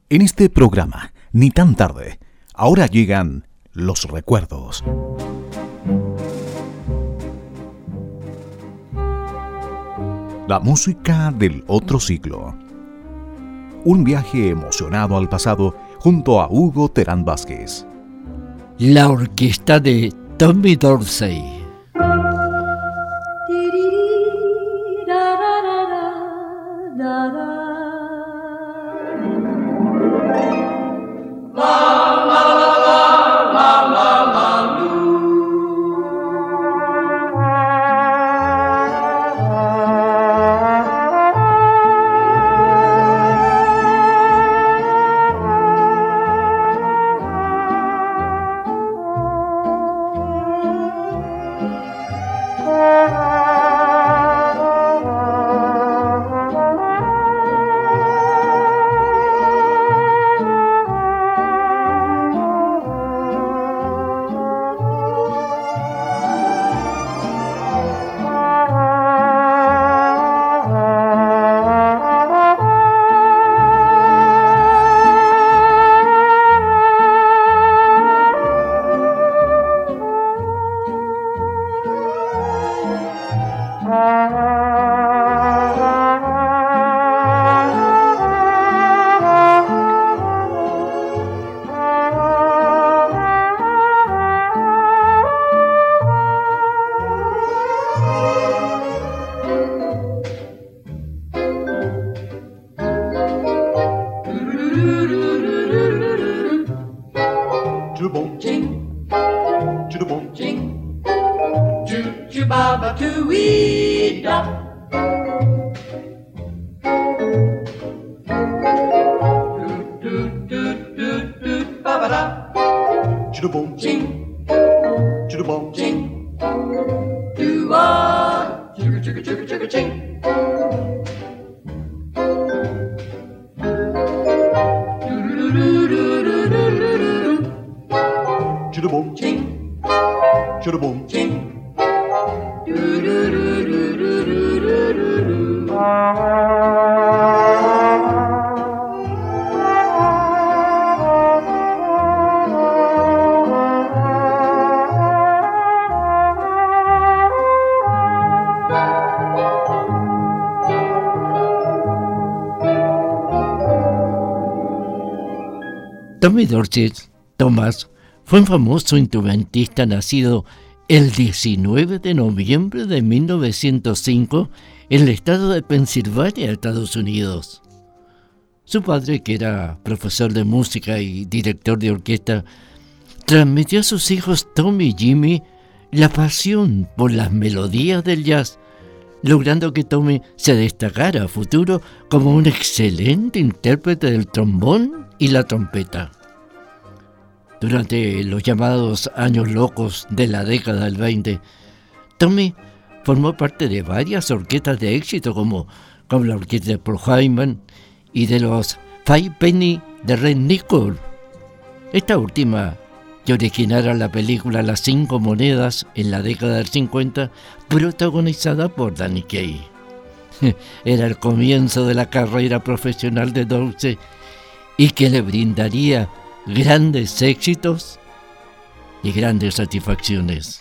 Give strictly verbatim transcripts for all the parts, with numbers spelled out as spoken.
En este programa, ni tan tarde, ahora llegan los recuerdos. La música del otro siglo. Un viaje emocionado al pasado junto a Hugo Terán Vázquez. La orquesta de Tommy Dorsey. Tommy Dorsey Thomas fue un famoso instrumentista nacido el diecinueve de noviembre de mil novecientos cinco en el estado de Pensilvania, Estados Unidos. Su padre, que era profesor de música y director de orquesta, transmitió a sus hijos Tommy y Jimmy la pasión por las melodías del jazz, logrando que Tommy se destacara a futuro como un excelente intérprete del trombón y la trompeta. Durante los llamados años locos de la década del veinte, Tommy formó parte de varias orquestas de éxito como, como la orquesta de Paul Hyman y de los Five Penny de Red Nichols. Esta última, que originara la película Las Cinco Monedas en la década del cincuenta, protagonizada por Danny Kaye. Era el comienzo de la carrera profesional de Dorsey y que le brindaría grandes éxitos y grandes satisfacciones.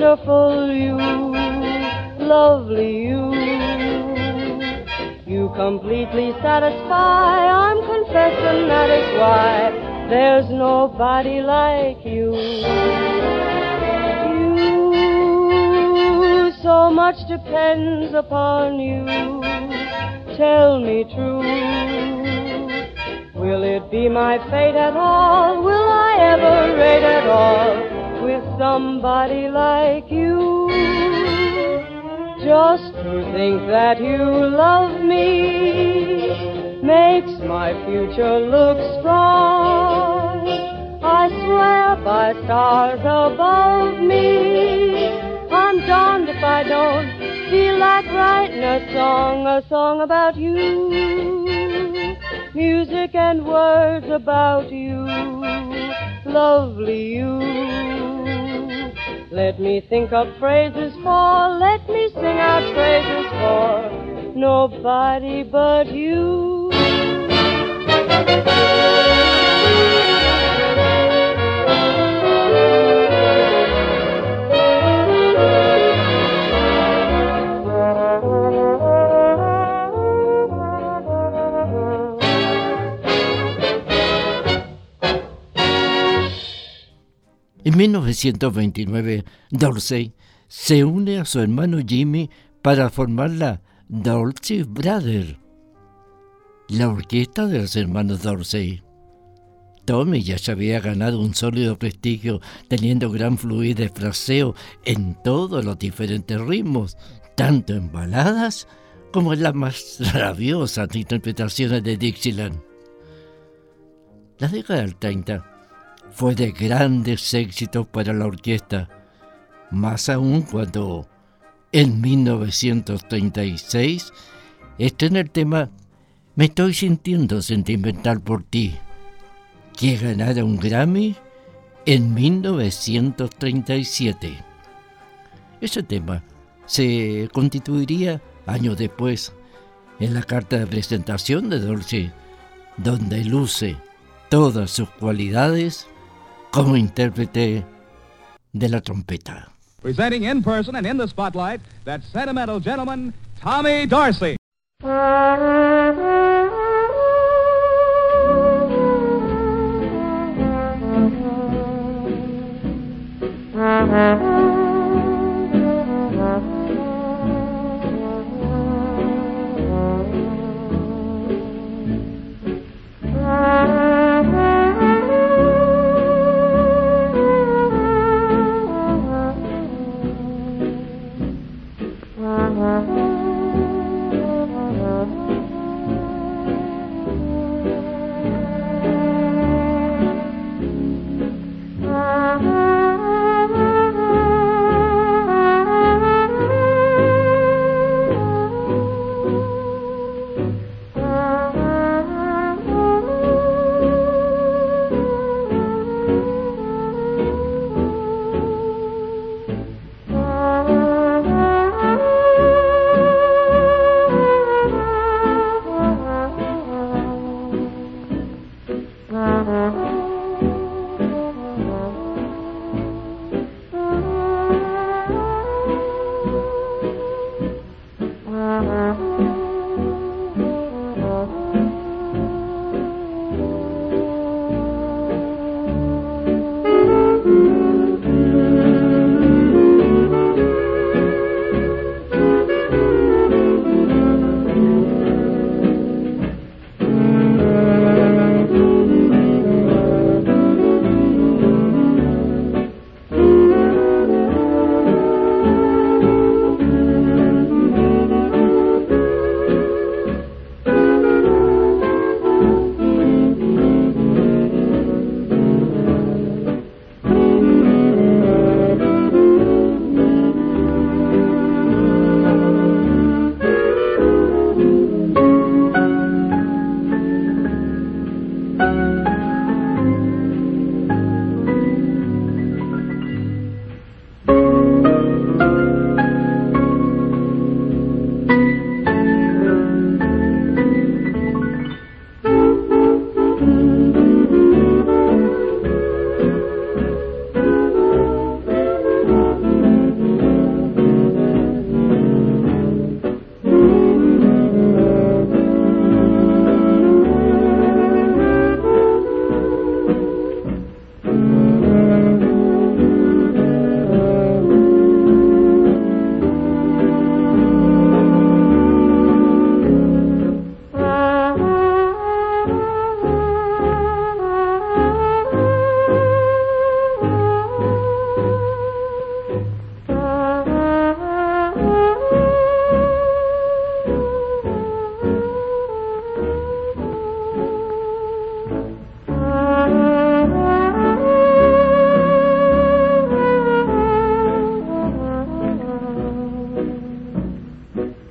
wonderful you, lovely you. You completely satisfy, I'm confessing that is why there's nobody like you. You, so much depends upon you. Tell me true, will it be my fate at all? Will I ever rate at all with somebody like you? Just to think that you love me makes my future look strong. I swear by stars above me, I'm darned if I don't feel like writing a song, a song about you, music and words about you, lovely you. Let me think of phrases for, let me sing out phrases for nobody but you. En mil novecientos veintinueve, Dorsey se une a su hermano Jimmy para formar la Dorsey Brothers, la orquesta de los hermanos Dorsey. Tommy ya se había ganado un sólido prestigio, teniendo gran fluidez de fraseo en todos los diferentes ritmos, tanto en baladas como en las más rabiosas interpretaciones de Dixieland. La década del treinta fue de grandes éxitos para la orquesta, más aún cuando en mil novecientos treinta y seis estrena el tema Me estoy sintiendo sentimental por ti, que ganara un Grammy en mil novecientos treinta y siete. Ese tema se constituiría años después en la carta de presentación de Dorsey, donde luce todas sus cualidades como intérprete de la trompeta. Presenting in person and in the spotlight, that sentimental gentleman, Tommy Dorsey.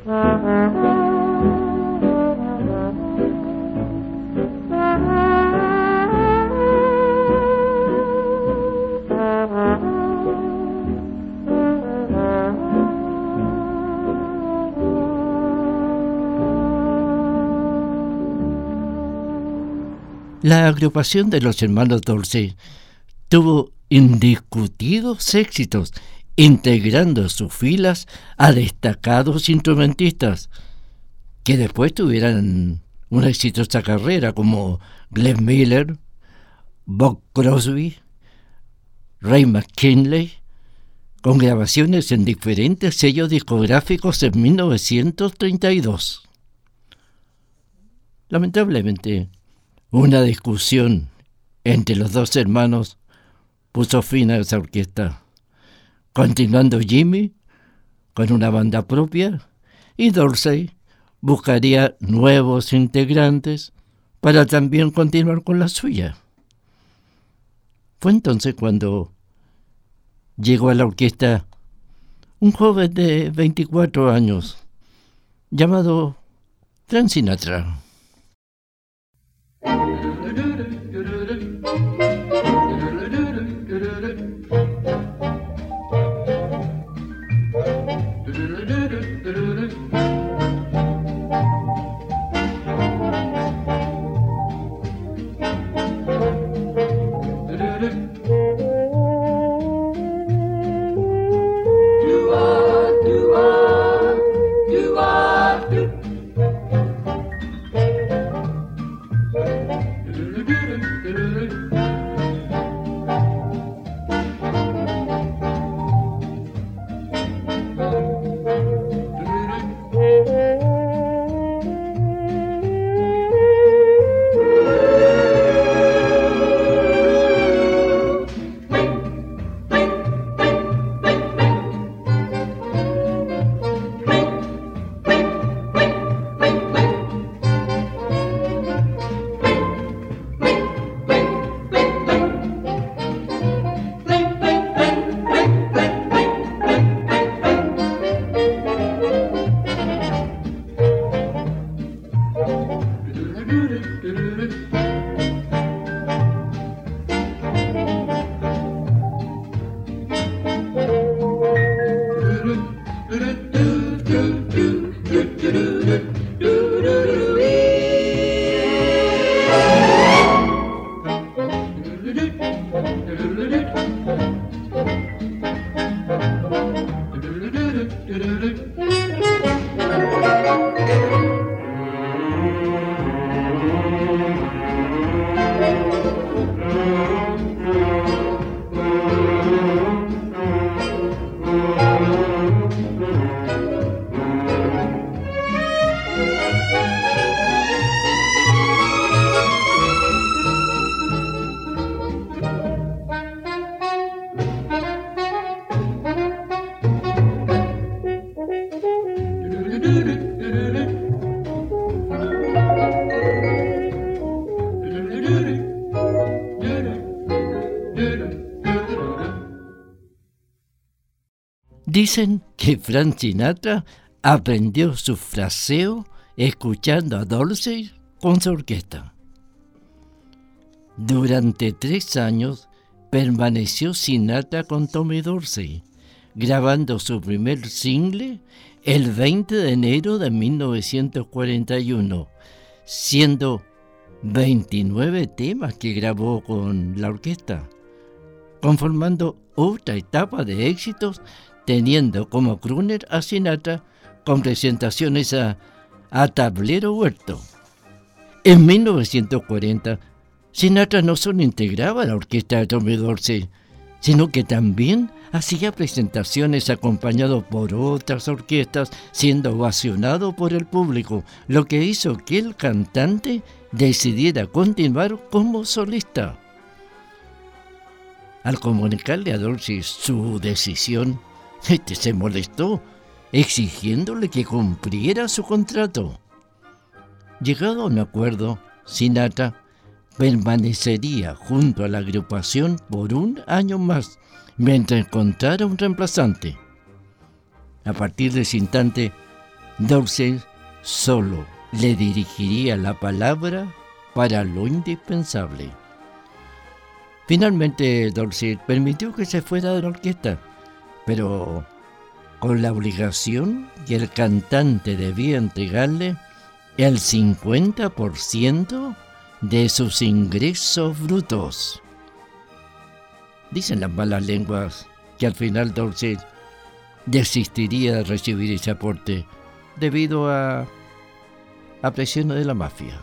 La agrupación de los hermanos Dorsey tuvo indiscutidos éxitos, integrando en sus filas a destacados instrumentistas que después tuvieran una exitosa carrera, como Glenn Miller, Bob Crosby, Ray McKinley, con grabaciones en diferentes sellos discográficos en mil novecientos treinta y dos. Lamentablemente, una discusión entre los dos hermanos puso fin a esa orquesta, continuando Jimmy con una banda propia y Dorsey buscaría nuevos integrantes para también continuar con la suya. Fue entonces cuando llegó a la orquesta un joven de veinticuatro años llamado Frank Sinatra. Dicen que Frank Sinatra aprendió su fraseo escuchando a Dorsey con su orquesta. Durante tres años permaneció Sinatra con Tommy Dorsey, grabando su primer single el veinte de enero de mil novecientos cuarenta y uno, siendo veintinueve temas que grabó con la orquesta, conformando otra etapa de éxitos, teniendo como crooner a Sinatra con presentaciones a, a Tablero Huerto. En mil novecientos cuarenta, Sinatra no solo integraba la orquesta de Tommy Dorsey, sino que también hacía presentaciones acompañado por otras orquestas, siendo ovacionado por el público, lo que hizo que el cantante decidiera continuar como solista. Al comunicarle a Dorsey su decisión, este se molestó, exigiéndole que cumpliera su contrato. Llegado a un acuerdo, Sinatra permanecería junto a la agrupación por un año más, mientras encontrara un reemplazante. A partir de ese instante, Dorsey solo le dirigiría la palabra para lo indispensable. Finalmente, Dorsey permitió que se fuera de la orquesta, pero con la obligación que el cantante debía entregarle el cincuenta por ciento de sus ingresos brutos. Dicen las malas lenguas que al final Dorsey desistiría de recibir ese aporte debido a, a presiones de la mafia.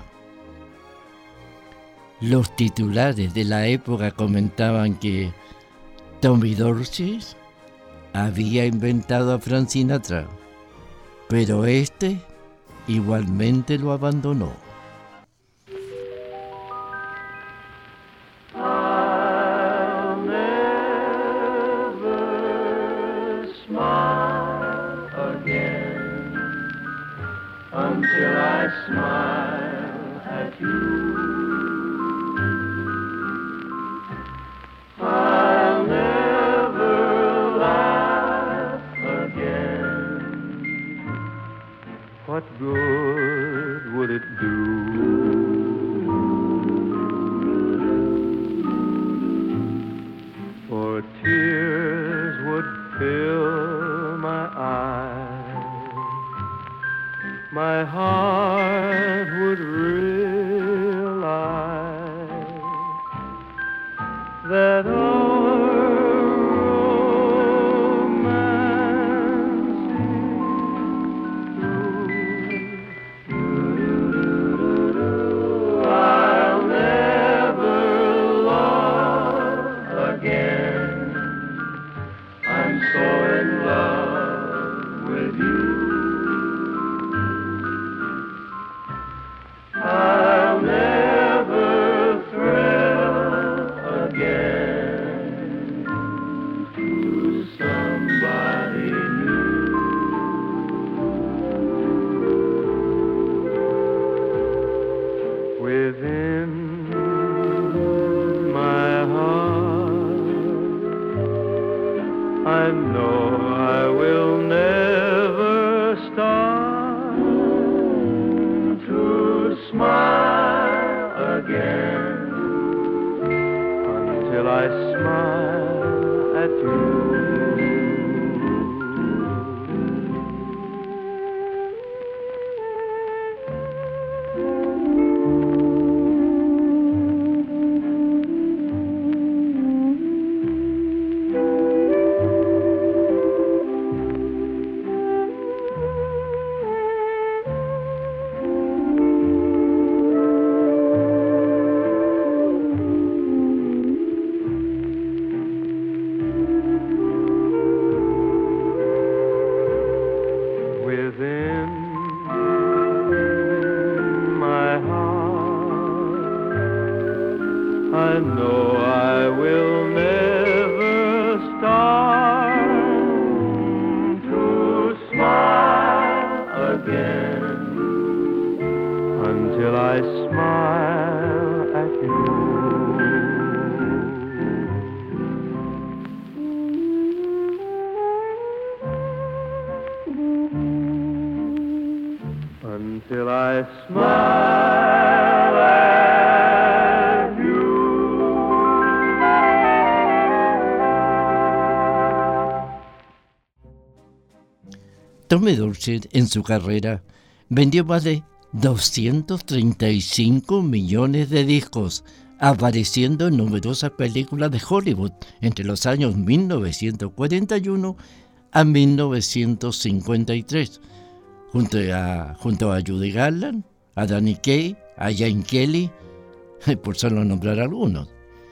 Los titulares de la época comentaban que Tommy Dorsey había inventado a Frank Sinatra, pero este igualmente lo abandonó. I'll never smile again until I smile at you. I'll never laugh again. What good would it do? For tears would fill my eyes, my heart would realize that our romance is through. I'll never love again. I'm so in love with you. I'll never thrill again to somebody new. Within my heart, I know I will never start to smile again until I smile at you. Within my heart, I know I will never start to smile again until I smile at you. Until I smile at you. Tommy Dorsey en su carrera vendió más de doscientos treinta y cinco millones de discos, apareciendo en numerosas películas de Hollywood entre los años mil novecientos cuarenta y uno a mil novecientos cincuenta y tres. Junto a, junto a Judy Garland, a Danny Kaye, a Jane Kelly, por solo nombrar algunos.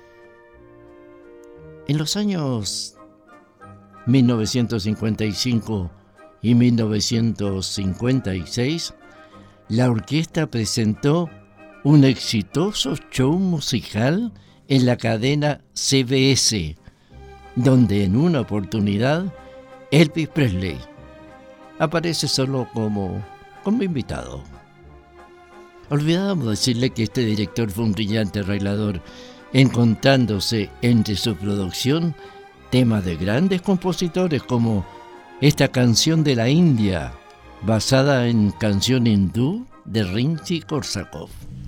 En los años mil novecientos cincuenta y cinco y mil novecientos cincuenta y seis, la orquesta presentó un exitoso show musical en la cadena C B S, donde en una oportunidad Elvis Presley aparece solo como, como invitado. Olvidábamos decirle que este director fue un brillante arreglador, encontrándose entre su producción temas de grandes compositores como esta canción de la India, basada en canción hindú de Rimsky-Korsakov.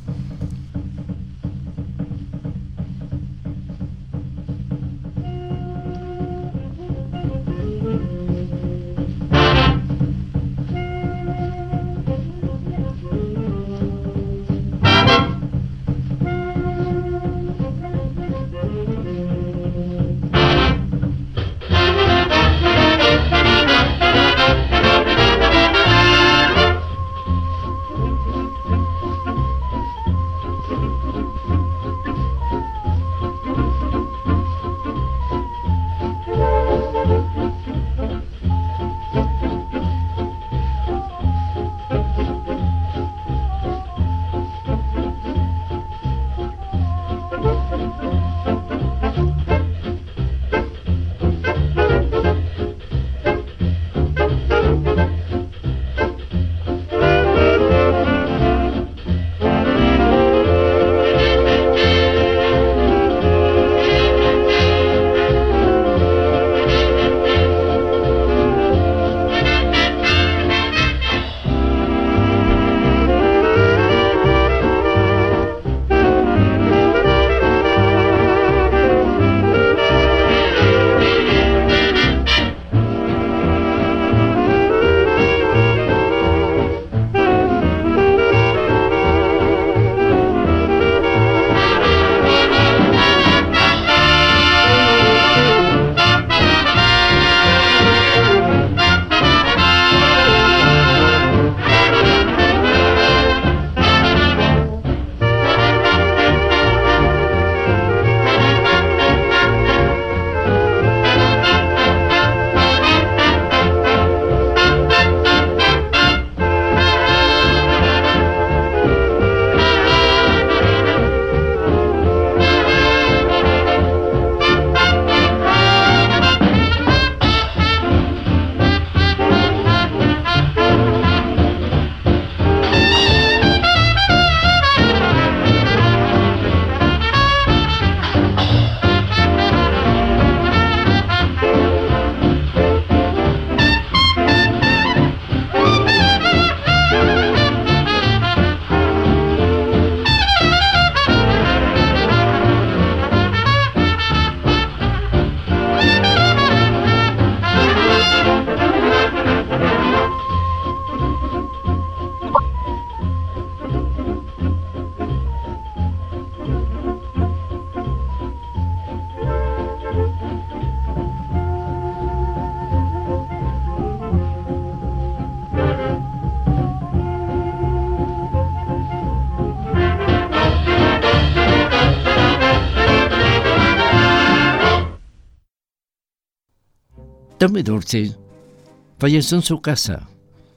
Tommy Dorsey falleció en su casa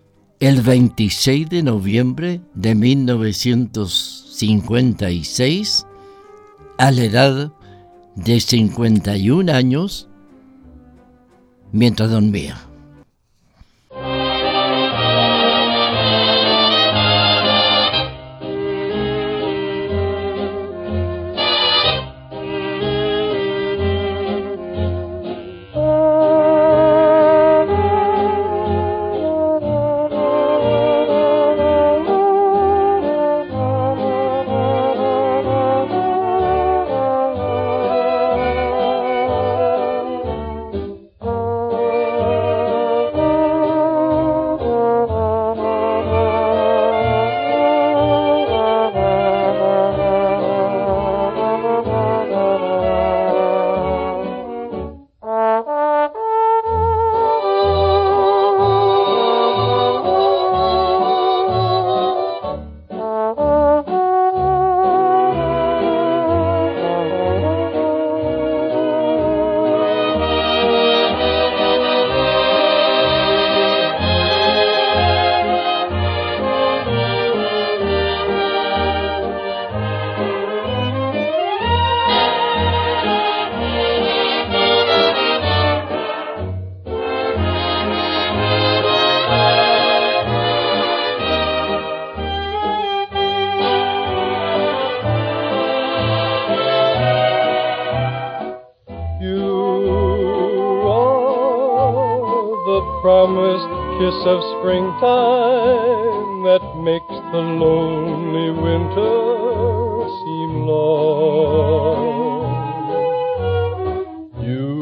el veintiséis de noviembre de mil novecientos cincuenta y seis a la edad de cincuenta y un años mientras dormía. Promised kiss of springtime that makes the lonely winter seem long. You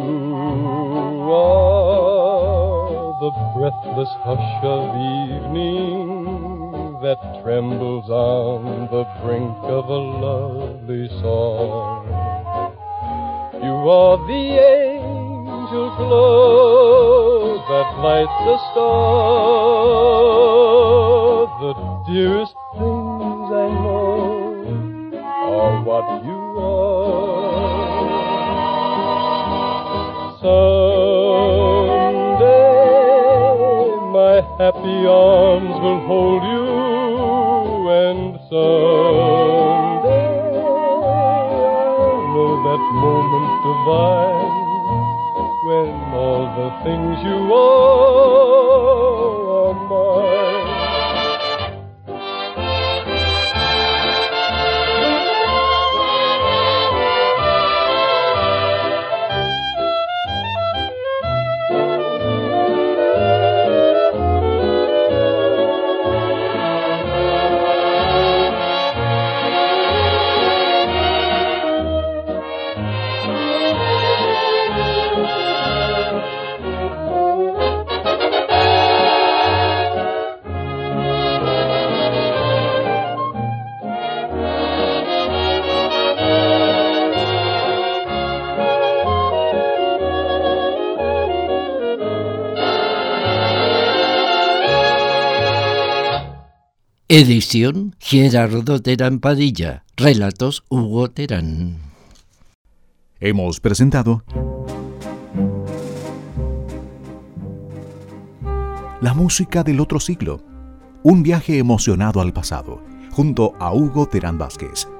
are the breathless hush of evening that trembles on the brink of a lovely song. You are the angel glow that lights a star. The dearest things I know are what you are. Someday my happy arms will hold you, and someday I'll know that moment divine when all the things you are are mine. Edición Gerardo Terán Padilla. Relatos Hugo Terán. Hemos presentado La música del otro siglo. Un viaje emocionado al pasado, junto a Hugo Terán Vázquez.